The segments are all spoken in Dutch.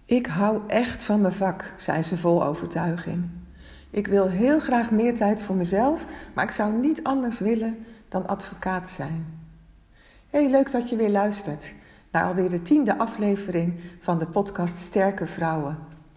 Ik hou echt van mijn vak, zei ze vol overtuiging. Ik wil heel graag meer tijd voor mezelf, maar ik zou niet anders willen dan advocaat zijn. Hey, leuk dat je weer luistert naar alweer de 10e aflevering van de podcast Sterke Vrouwen.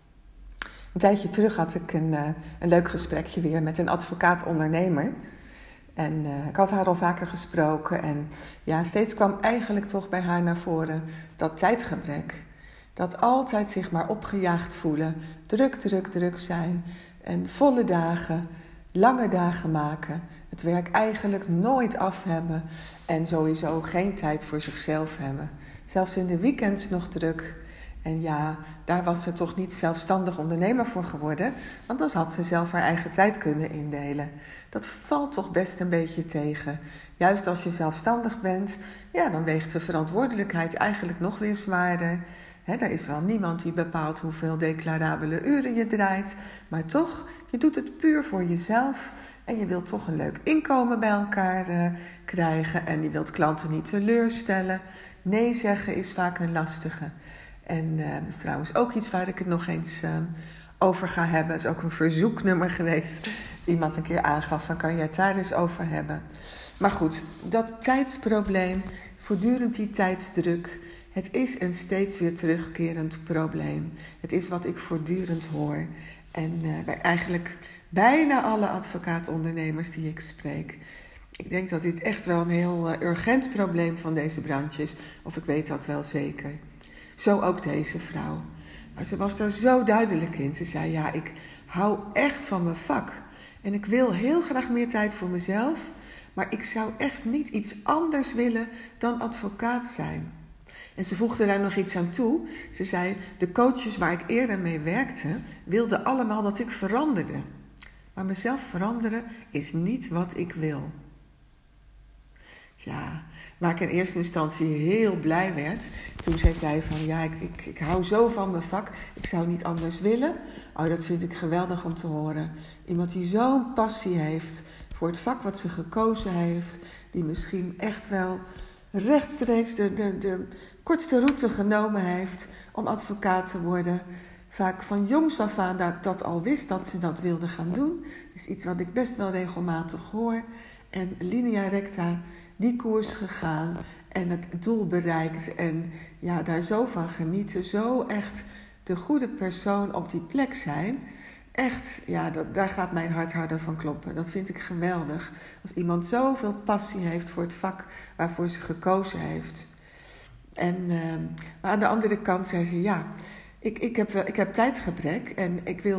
Een tijdje terug had ik een leuk gesprekje weer met een advocaat-ondernemer. En ik had haar al vaker gesproken en ja, steeds kwam eigenlijk toch bij haar naar voren dat tijdgebrek. Dat altijd zich maar opgejaagd voelen, druk zijn en volle dagen, lange dagen maken. Het werk eigenlijk nooit af hebben en sowieso geen tijd voor zichzelf hebben. Zelfs in de weekends nog druk. En ja, daar was ze toch niet zelfstandig ondernemer voor geworden, want dan had ze zelf haar eigen tijd kunnen indelen. Dat valt toch best een beetje tegen. Juist als je zelfstandig bent, ja, dan weegt de verantwoordelijkheid eigenlijk nog weer zwaarder. Er is wel niemand die bepaalt hoeveel declarabele uren je draait, maar toch, je doet het puur voor jezelf en je wilt toch een leuk inkomen bij elkaar krijgen en je wilt klanten niet teleurstellen. Nee zeggen is vaak een lastige. En dat is trouwens ook iets waar ik het nog eens over ga hebben. Het is ook een verzoeknummer geweest. Iemand een keer aangaf van, kan jij het daar eens over hebben? Maar goed, dat tijdsprobleem, voortdurend die tijdsdruk, het is een steeds weer terugkerend probleem. Het is wat ik voortdurend hoor. En bij eigenlijk bijna alle advocaatondernemers die ik spreek. Ik denk dat dit echt wel een heel urgent probleem van deze branche is. Of ik weet dat wel zeker. Zo ook deze vrouw. Maar ze was daar zo duidelijk in. Ze zei, ja, ik hou echt van mijn vak. En ik wil heel graag meer tijd voor mezelf. Maar ik zou echt niet iets anders willen dan advocaat zijn. En ze voegde daar nog iets aan toe. Ze zei, de coaches waar ik eerder mee werkte, wilden allemaal dat ik veranderde. Maar mezelf veranderen is niet wat ik wil. Ja, waar ik in eerste instantie heel blij werd toen zij zei van, ja, ik hou zo van mijn vak, ik zou niet anders willen. Oh, dat vind ik geweldig om te horen. Iemand die zo'n passie heeft voor het vak wat ze gekozen heeft, die misschien echt wel rechtstreeks de kortste route genomen heeft om advocaat te worden. Vaak van jongs af aan dat al wist dat ze dat wilde gaan doen. Dat is iets wat ik best wel regelmatig hoor. En linea recta die koers gegaan en het doel bereikt. En ja, daar zo van genieten. Zo echt de goede persoon op die plek zijn. Echt, ja, daar gaat mijn hart harder van kloppen. Dat vind ik geweldig. Als iemand zoveel passie heeft voor het vak waarvoor ze gekozen heeft. En, maar aan de andere kant zei ze, ja, ik heb tijdgebrek en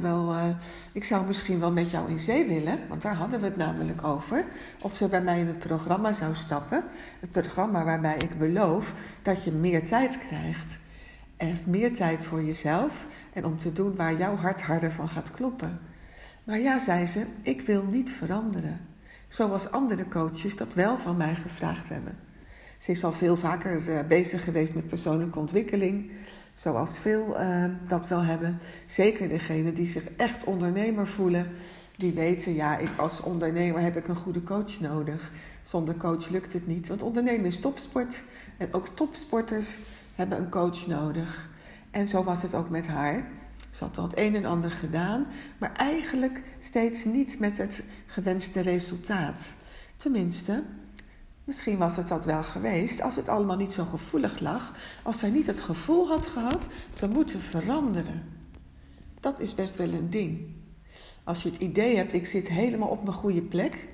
ik zou misschien wel met jou in zee willen, want daar hadden we het namelijk over. Of ze bij mij in het programma zou stappen. Het programma waarbij ik beloof dat je meer tijd krijgt. En meer tijd voor jezelf en om te doen waar jouw hart harder van gaat kloppen. Maar ja, zei ze, ik wil niet veranderen. Zoals andere coaches dat wel van mij gevraagd hebben. Ze is al veel vaker bezig geweest met persoonlijke ontwikkeling. Zoals veel dat wel hebben. Zeker degenen die zich echt ondernemer voelen. Die weten, ja, ik als ondernemer heb ik een goede coach nodig. Zonder coach lukt het niet. Want ondernemen is topsport. En ook topsporters hebben een coach nodig. En zo was het ook met haar. Ze had al het een en ander gedaan. Maar eigenlijk steeds niet met het gewenste resultaat. Tenminste, misschien was het dat wel geweest als het allemaal niet zo gevoelig lag. Als zij niet het gevoel had gehad te moeten veranderen. Dat is best wel een ding. Als je het idee hebt, ik zit helemaal op mijn goede plek.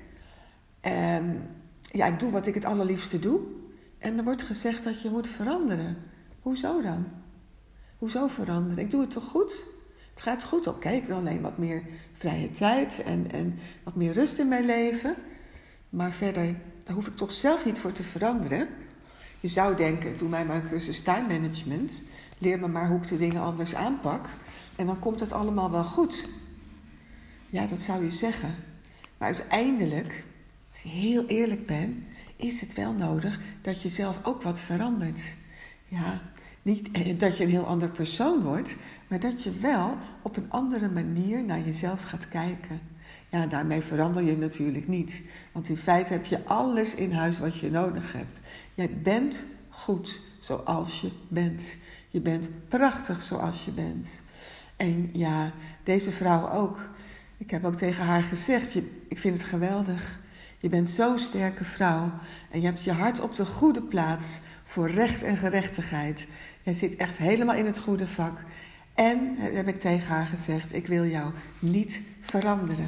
Ja, ik doe wat ik het allerliefste doe. En er wordt gezegd dat je moet veranderen. Hoezo dan? Hoezo veranderen? Ik doe het toch goed? Het gaat goed, oké. Ik wil alleen wat meer vrije tijd en wat meer rust in mijn leven. Maar verder, daar hoef ik toch zelf niet voor te veranderen. Je zou denken, doe mij maar een cursus time management. Leer me maar hoe ik de dingen anders aanpak. En dan komt het allemaal wel goed. Ja, dat zou je zeggen. Maar uiteindelijk, als je heel eerlijk bent, is het wel nodig dat je zelf ook wat verandert. Ja, niet dat je een heel ander persoon wordt, maar dat je wel op een andere manier naar jezelf gaat kijken. Ja, daarmee verander je natuurlijk niet. Want in feite heb je alles in huis wat je nodig hebt. Jij bent goed zoals je bent. Je bent prachtig zoals je bent. En ja, deze vrouw ook. Ik heb ook tegen haar gezegd, ik vind het geweldig. Je bent zo'n sterke vrouw. En je hebt je hart op de goede plaats voor recht en gerechtigheid. Jij zit echt helemaal in het goede vak. En, heb ik tegen haar gezegd, ik wil jou niet veranderen.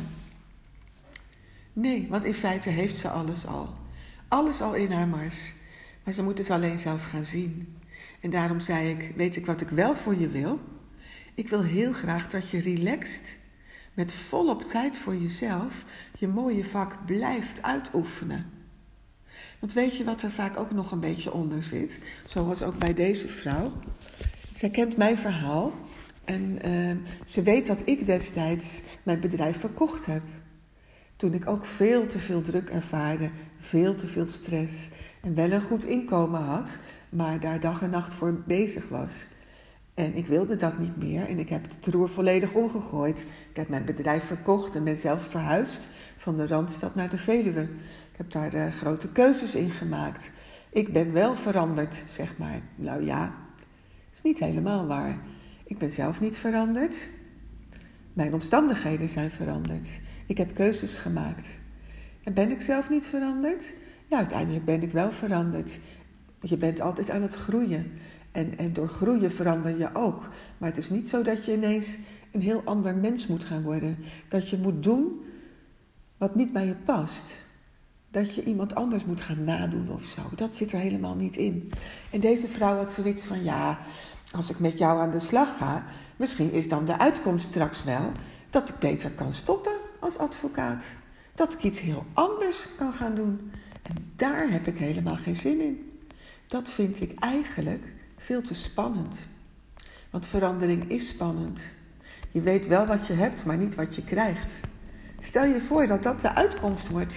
Nee, want in feite heeft ze alles al. Alles al in haar mars. Maar ze moet het alleen zelf gaan zien. En daarom zei ik, weet ik wat ik wel voor je wil? Ik wil heel graag dat je relaxed, met volop tijd voor jezelf, je mooie vak blijft uitoefenen. Want weet je wat er vaak ook nog een beetje onder zit? Zoals ook bij deze vrouw. Zij kent mijn verhaal. En ze weet dat ik destijds mijn bedrijf verkocht heb. Toen ik ook veel te veel druk ervaarde, veel te veel stress en wel een goed inkomen had, maar daar dag en nacht voor bezig was. En ik wilde dat niet meer en ik heb het roer volledig omgegooid. Ik heb mijn bedrijf verkocht en ben zelfs verhuisd van de Randstad naar de Veluwe. Ik heb daar grote keuzes in gemaakt. Ik ben wel veranderd, zeg maar. Nou ja, is niet helemaal waar. Ik ben zelf niet veranderd. Mijn omstandigheden zijn veranderd. Ik heb keuzes gemaakt. En ben ik zelf niet veranderd? Ja, uiteindelijk ben ik wel veranderd. Je bent altijd aan het groeien. En door groeien verander je ook. Maar het is niet zo dat je ineens een heel ander mens moet gaan worden. Dat je moet doen wat niet bij je past. Dat je iemand anders moet gaan nadoen of zo. Dat zit er helemaal niet in. En deze vrouw had zoiets van, ja, als ik met jou aan de slag ga, misschien is dan de uitkomst straks wel dat ik beter kan stoppen als advocaat. Dat ik iets heel anders kan gaan doen. En daar heb ik helemaal geen zin in. Dat vind ik eigenlijk veel te spannend. Want verandering is spannend. Je weet wel wat je hebt, maar niet wat je krijgt. Stel je voor dat dat de uitkomst wordt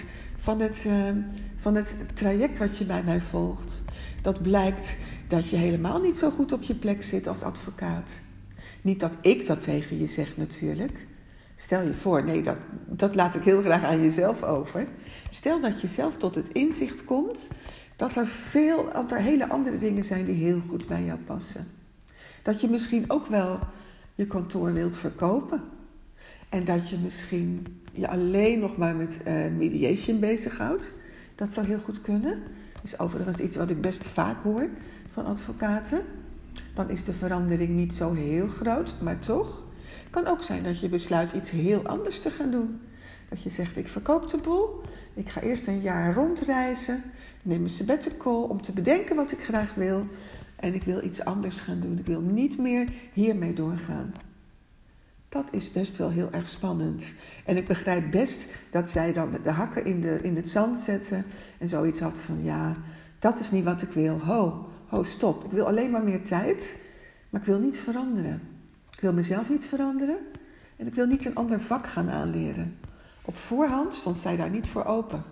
van het traject wat je bij mij volgt. Dat blijkt dat je helemaal niet zo goed op je plek zit als advocaat. Niet dat ik dat tegen je zeg natuurlijk. Stel je voor, nee, dat laat ik heel graag aan jezelf over. Stel dat je zelf tot het inzicht komt dat er hele andere dingen zijn die heel goed bij jou passen. Dat je misschien ook wel je kantoor wilt verkopen. En dat je misschien je alleen nog maar met mediation bezighoudt. Dat zou heel goed kunnen. Dat is overigens iets wat ik best vaak hoor van advocaten. Dan is de verandering niet zo heel groot, maar toch. Het kan ook zijn dat je besluit iets heel anders te gaan doen. Dat je zegt, ik verkoop de boel. Ik ga eerst een jaar rondreizen. Neem een sabbatical om te bedenken wat ik graag wil. En ik wil iets anders gaan doen. Ik wil niet meer hiermee doorgaan. Dat is best wel heel erg spannend. En ik begrijp best dat zij dan de hakken in het zand zette. En zoiets had van, ja, dat is niet wat ik wil. Ho, stop. Ik wil alleen maar meer tijd. Maar ik wil niet veranderen. Ik wil mezelf niet veranderen. En ik wil niet een ander vak gaan aanleren. Op voorhand stond zij daar niet voor open.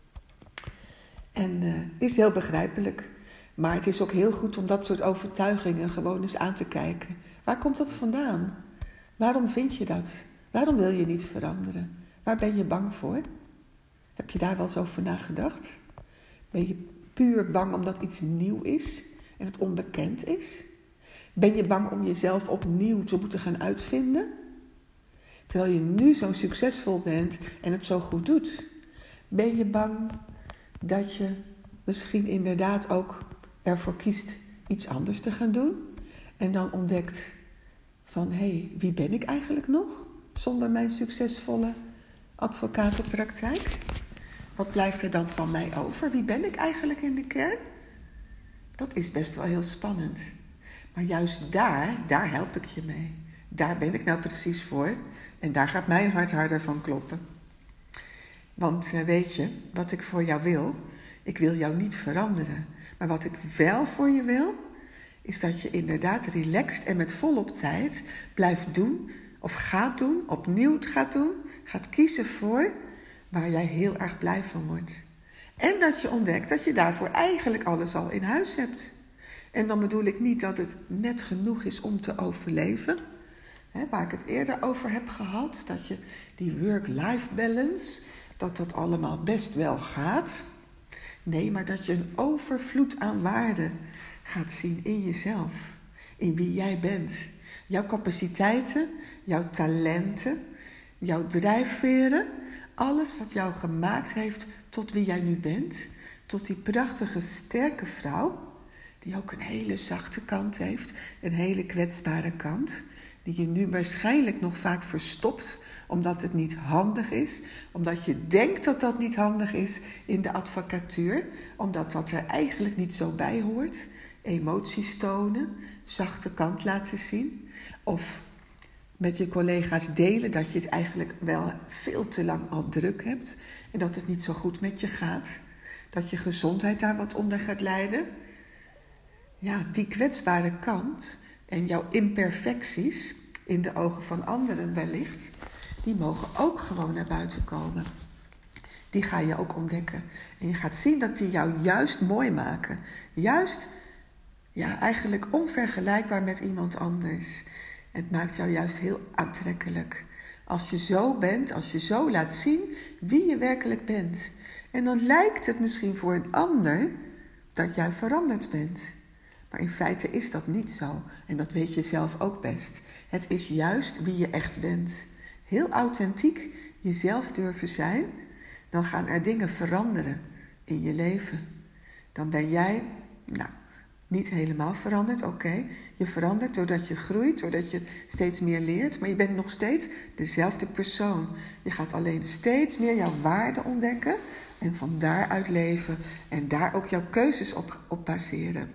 En is heel begrijpelijk. Maar het is ook heel goed om dat soort overtuigingen gewoon eens aan te kijken. Waar komt dat vandaan? Waarom vind je dat? Waarom wil je niet veranderen? Waar ben je bang voor? Heb je daar wel eens over nagedacht? Ben je puur bang omdat iets nieuw is en het onbekend is? Ben je bang om jezelf opnieuw te moeten gaan uitvinden? Terwijl je nu zo succesvol bent en het zo goed doet. Ben je bang dat je misschien inderdaad ook ervoor kiest iets anders te gaan doen? En dan ontdekt van, hé, wie ben ik eigenlijk nog zonder mijn succesvolle advocatenpraktijk? Wat blijft er dan van mij over? Wie ben ik eigenlijk in de kern? Dat is best wel heel spannend. Maar juist daar help ik je mee. Daar ben ik nou precies voor. En daar gaat mijn hart harder van kloppen. Want weet je, wat ik voor jou wil? Ik wil jou niet veranderen. Maar wat ik wel voor je wil, is dat je inderdaad relaxed en met volop tijd blijft doen, of gaat doen, opnieuw gaat doen, gaat kiezen voor waar jij heel erg blij van wordt. En dat je ontdekt dat je daarvoor eigenlijk alles al in huis hebt. En dan bedoel ik niet dat het net genoeg is om te overleven, waar ik het eerder over heb gehad, dat je die work-life balance, dat allemaal best wel gaat. Nee, maar dat je een overvloed aan waarde gaat zien in jezelf. In wie jij bent. Jouw capaciteiten, jouw talenten, jouw drijfveren. Alles wat jou gemaakt heeft tot wie jij nu bent. Tot die prachtige, sterke vrouw. Die ook een hele zachte kant heeft. Een hele kwetsbare kant. Die je nu waarschijnlijk nog vaak verstopt. Omdat het niet handig is. Omdat je denkt dat dat niet handig is in de advocatuur. Omdat dat er eigenlijk niet zo bij hoort. Emoties tonen. Zachte kant laten zien. Of met je collega's delen dat je het eigenlijk wel veel te lang al druk hebt. En dat het niet zo goed met je gaat. Dat je gezondheid daar wat onder gaat lijden. Ja, die kwetsbare kant en jouw imperfecties in de ogen van anderen wellicht, die mogen ook gewoon naar buiten komen. Die ga je ook ontdekken. En je gaat zien dat die jou juist mooi maken. Juist, ja, eigenlijk onvergelijkbaar met iemand anders. Het maakt jou juist heel aantrekkelijk. Als je zo bent, als je zo laat zien wie je werkelijk bent. En dan lijkt het misschien voor een ander dat jij veranderd bent. Maar in feite is dat niet zo. En dat weet je zelf ook best. Het is juist wie je echt bent. Heel authentiek jezelf durven zijn. Dan gaan er dingen veranderen in je leven. Dan ben jij, niet helemaal veranderd, oké. Je verandert doordat je groeit, doordat je steeds meer leert. Maar je bent nog steeds dezelfde persoon. Je gaat alleen steeds meer jouw waarde ontdekken. En van daaruit leven. En daar ook jouw keuzes op baseren.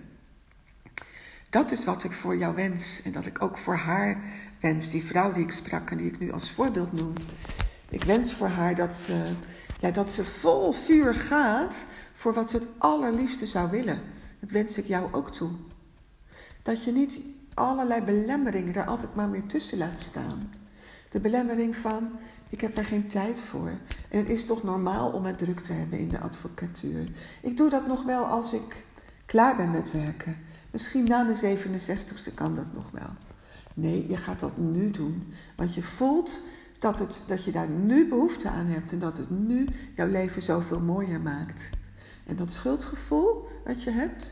Dat is wat ik voor jou wens. En dat ik ook voor haar wens. Die vrouw die ik sprak en die ik nu als voorbeeld noem. Ik wens voor haar dat ze vol vuur gaat voor wat ze het allerliefste zou willen. Dat wens ik jou ook toe. Dat je niet allerlei belemmeringen daar altijd maar meer tussen laat staan. De belemmering van, ik heb er geen tijd voor. En het is toch normaal om het druk te hebben in de advocatuur. Ik doe dat nog wel als ik klaar ben met werken. Misschien na mijn 67ste kan dat nog wel. Nee, je gaat dat nu doen. Want je voelt dat je daar nu behoefte aan hebt. En dat het nu jouw leven zoveel mooier maakt. En dat schuldgevoel wat je hebt,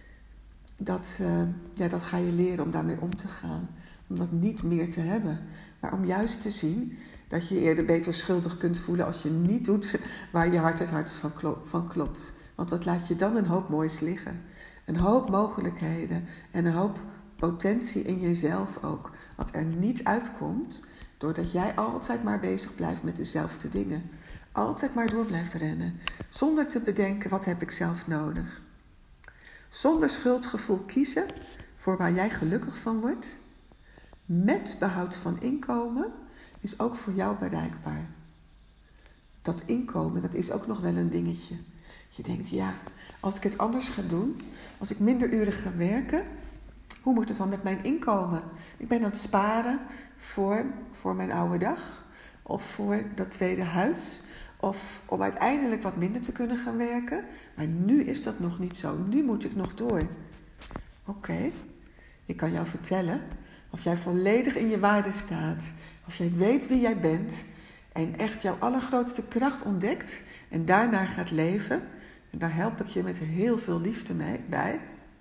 dat ga je leren om daarmee om te gaan. Om dat niet meer te hebben. Maar om juist te zien dat je je eerder beter schuldig kunt voelen als je niet doet waar je hart het hardst van klopt. Want dat laat je dan een hoop moois liggen. Een hoop mogelijkheden en een hoop potentie in jezelf ook. Wat er niet uitkomt doordat jij altijd maar bezig blijft met dezelfde dingen. Altijd maar door blijft rennen. Zonder te bedenken, wat heb ik zelf nodig? Zonder schuldgevoel kiezen voor waar jij gelukkig van wordt. Met behoud van inkomen is ook voor jou bereikbaar. Dat inkomen, dat is ook nog wel een dingetje. Je denkt, ja, als ik het anders ga doen, als ik minder uren ga werken, hoe moet het dan met mijn inkomen? Ik ben aan het sparen voor mijn oude dag, of voor dat tweede huis, of om uiteindelijk wat minder te kunnen gaan werken. Maar nu is dat nog niet zo, nu moet ik nog door. Oké, ik kan jou vertellen, als jij volledig in je waarde staat, als jij weet wie jij bent en echt jouw allergrootste kracht ontdekt en daarnaar gaat leven, en daar help ik je met heel veel liefde bij,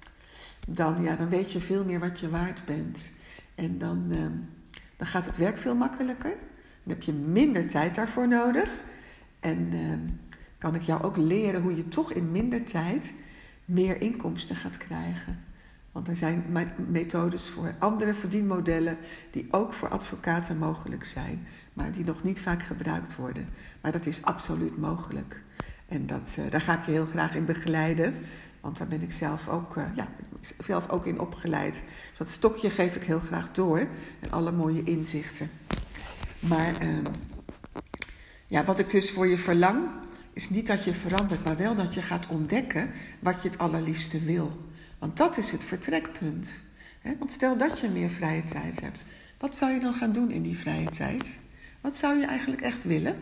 dan weet je veel meer wat je waard bent. En dan gaat het werk veel makkelijker. Dan heb je minder tijd daarvoor nodig. En kan ik jou ook leren hoe je toch in minder tijd meer inkomsten gaat krijgen. Want er zijn methodes voor andere verdienmodellen die ook voor advocaten mogelijk zijn. Maar die nog niet vaak gebruikt worden. Maar dat is absoluut mogelijk. En daar ga ik je heel graag in begeleiden. Want daar ben ik zelf ook in opgeleid. Dus dat stokje geef ik heel graag door. En alle mooie inzichten. Maar wat ik dus voor je verlang, is niet dat je verandert, maar wel dat je gaat ontdekken wat je het allerliefste wil. Want dat is het vertrekpunt. Want stel dat je meer vrije tijd hebt. Wat zou je dan gaan doen in die vrije tijd? Wat zou je eigenlijk echt willen?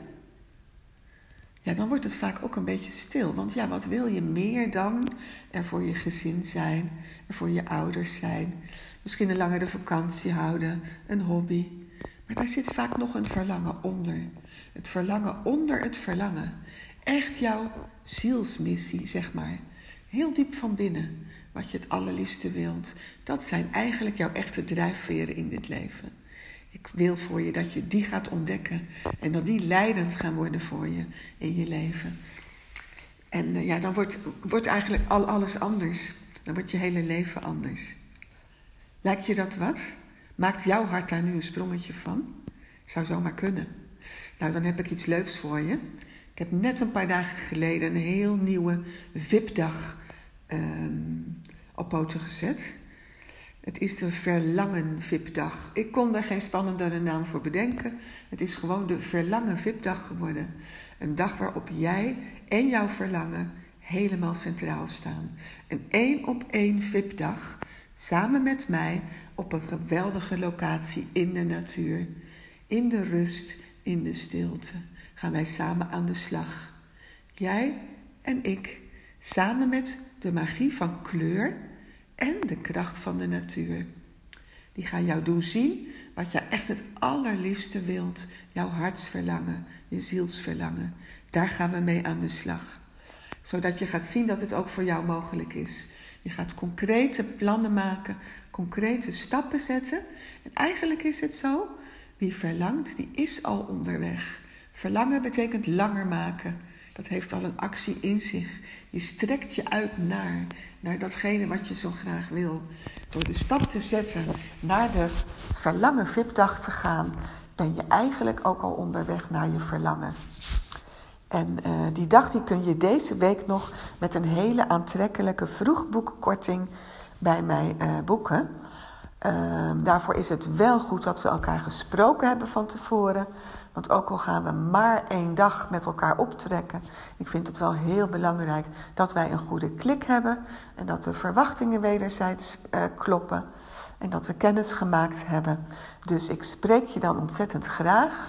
Ja, dan wordt het vaak ook een beetje stil. Want ja, wat wil je meer dan er voor je gezin zijn, er voor je ouders zijn, misschien een langere vakantie houden, een hobby. Maar daar zit vaak nog een verlangen onder. Het verlangen onder het verlangen. Echt jouw zielsmissie, zeg maar. Heel diep van binnen. wat je het allerliefste wilt. Dat zijn eigenlijk jouw echte drijfveren in dit leven. Ik wil voor je dat je die gaat ontdekken en dat die leidend gaan worden voor je in je leven. En dan wordt eigenlijk alles anders. Dan wordt je hele leven anders. Lijkt je dat wat? Maakt jouw hart daar nu een sprongetje van? Zou zomaar kunnen. Nou, dan heb ik iets leuks voor je. Ik heb net een paar dagen geleden een heel nieuwe VIP-dag op poten gezet. Het is de Verlangen VIP-dag. Ik kon daar geen spannendere naam voor bedenken. Het is gewoon de Verlangen VIP-dag geworden. Een dag waarop jij en jouw verlangen helemaal centraal staan. Een 1-op-1 VIP-dag, samen met mij, op een geweldige locatie in de natuur. In de rust, in de stilte, gaan wij samen aan de slag. Jij en ik, samen met de magie van kleur en de kracht van de natuur. Die gaan jou doen zien wat je echt het allerliefste wilt. Jouw hartsverlangen, je zielsverlangen. Daar gaan we mee aan de slag. Zodat je gaat zien dat het ook voor jou mogelijk is. Je gaat concrete plannen maken, concrete stappen zetten. En eigenlijk is het zo, wie verlangt, die is al onderweg. Verlangen betekent langer maken. Dat heeft al een actie in zich. Je strekt je uit naar datgene wat je zo graag wil. Door de stap te zetten naar de Verlangen VIP-dag te gaan, ben je eigenlijk ook al onderweg naar je verlangen. En die dag die kun je deze week nog met een hele aantrekkelijke vroegboekkorting bij mij boeken. Daarvoor is het wel goed dat we elkaar gesproken hebben van tevoren. Want ook al gaan we maar 1 dag met elkaar optrekken, ik vind het wel heel belangrijk dat wij een goede klik hebben. En dat de verwachtingen wederzijds kloppen. En dat we kennis gemaakt hebben. Dus ik spreek je dan ontzettend graag.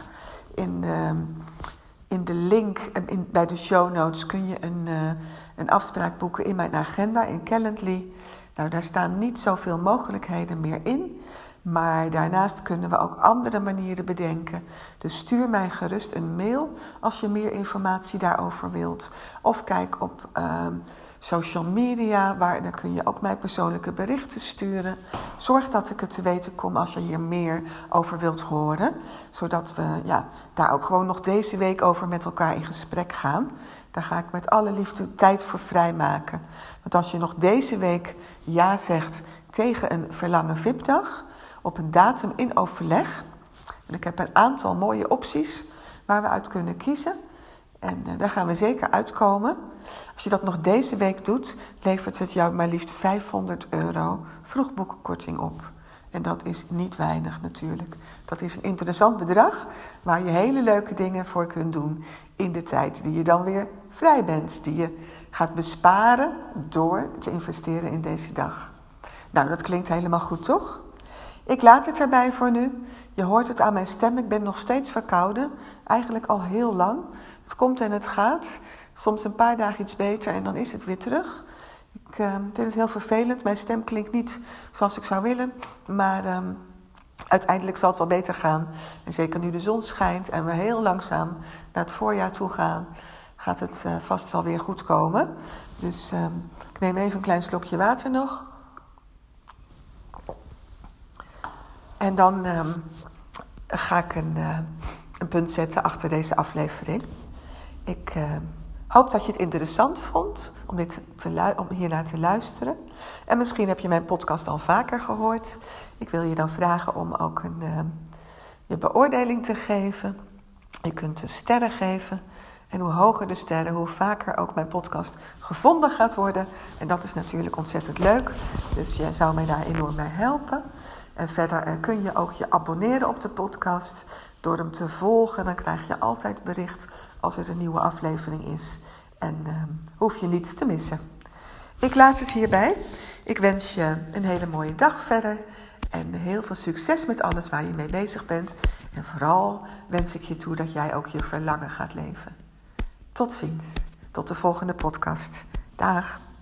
In de link bij de show notes kun je een afspraak boeken in mijn agenda in Calendly. Nou, daar staan niet zoveel mogelijkheden meer in. Maar daarnaast kunnen we ook andere manieren bedenken. Dus stuur mij gerust een mail als je meer informatie daarover wilt. Of kijk op social media, daar kun je ook mij persoonlijke berichten sturen. Zorg dat ik het te weten kom als je hier meer over wilt horen. Zodat we daar ook gewoon nog deze week over met elkaar in gesprek gaan. Daar ga ik met alle liefde tijd voor vrijmaken. Want als je nog deze week ja zegt tegen een Verlangen VIP-dag, op een datum in overleg. En ik heb een aantal mooie opties waar we uit kunnen kiezen. En daar gaan we zeker uitkomen. Als je dat nog deze week doet, levert het jou maar liefst €500 vroegboekenkorting op. En dat is niet weinig natuurlijk. Dat is een interessant bedrag waar je hele leuke dingen voor kunt doen in de tijd die je dan weer vrij bent. Die je gaat besparen door te investeren in deze dag. Nou, dat klinkt helemaal goed, toch? Ik laat het erbij voor nu. Je hoort het aan mijn stem. Ik ben nog steeds verkouden. Eigenlijk al heel lang. Het komt en het gaat. Soms een paar dagen iets beter en dan is het weer terug. Ik vind het heel vervelend. Mijn stem klinkt niet zoals ik zou willen. Maar uiteindelijk zal het wel beter gaan. En zeker nu de zon schijnt en we heel langzaam naar het voorjaar toe gaan, gaat het vast wel weer goed komen. Dus ik neem even een klein slokje water nog. En dan ga ik een punt zetten achter deze aflevering. Ik hoop dat je het interessant vond om hiernaar te luisteren. En misschien heb je mijn podcast al vaker gehoord. Ik wil je dan vragen om ook je beoordeling te geven. Je kunt sterren geven. En hoe hoger de sterren, hoe vaker ook mijn podcast gevonden gaat worden. En dat is natuurlijk ontzettend leuk. Dus je zou mij daar enorm bij helpen. En verder kun je ook je abonneren op de podcast. Door hem te volgen, dan krijg je altijd bericht als er een nieuwe aflevering is. En hoef je niets te missen. Ik laat het hierbij. Ik wens je een hele mooie dag verder. En heel veel succes met alles waar je mee bezig bent. En vooral wens ik je toe dat jij ook je verlangen gaat leven. Tot ziens. Tot de volgende podcast. Dag.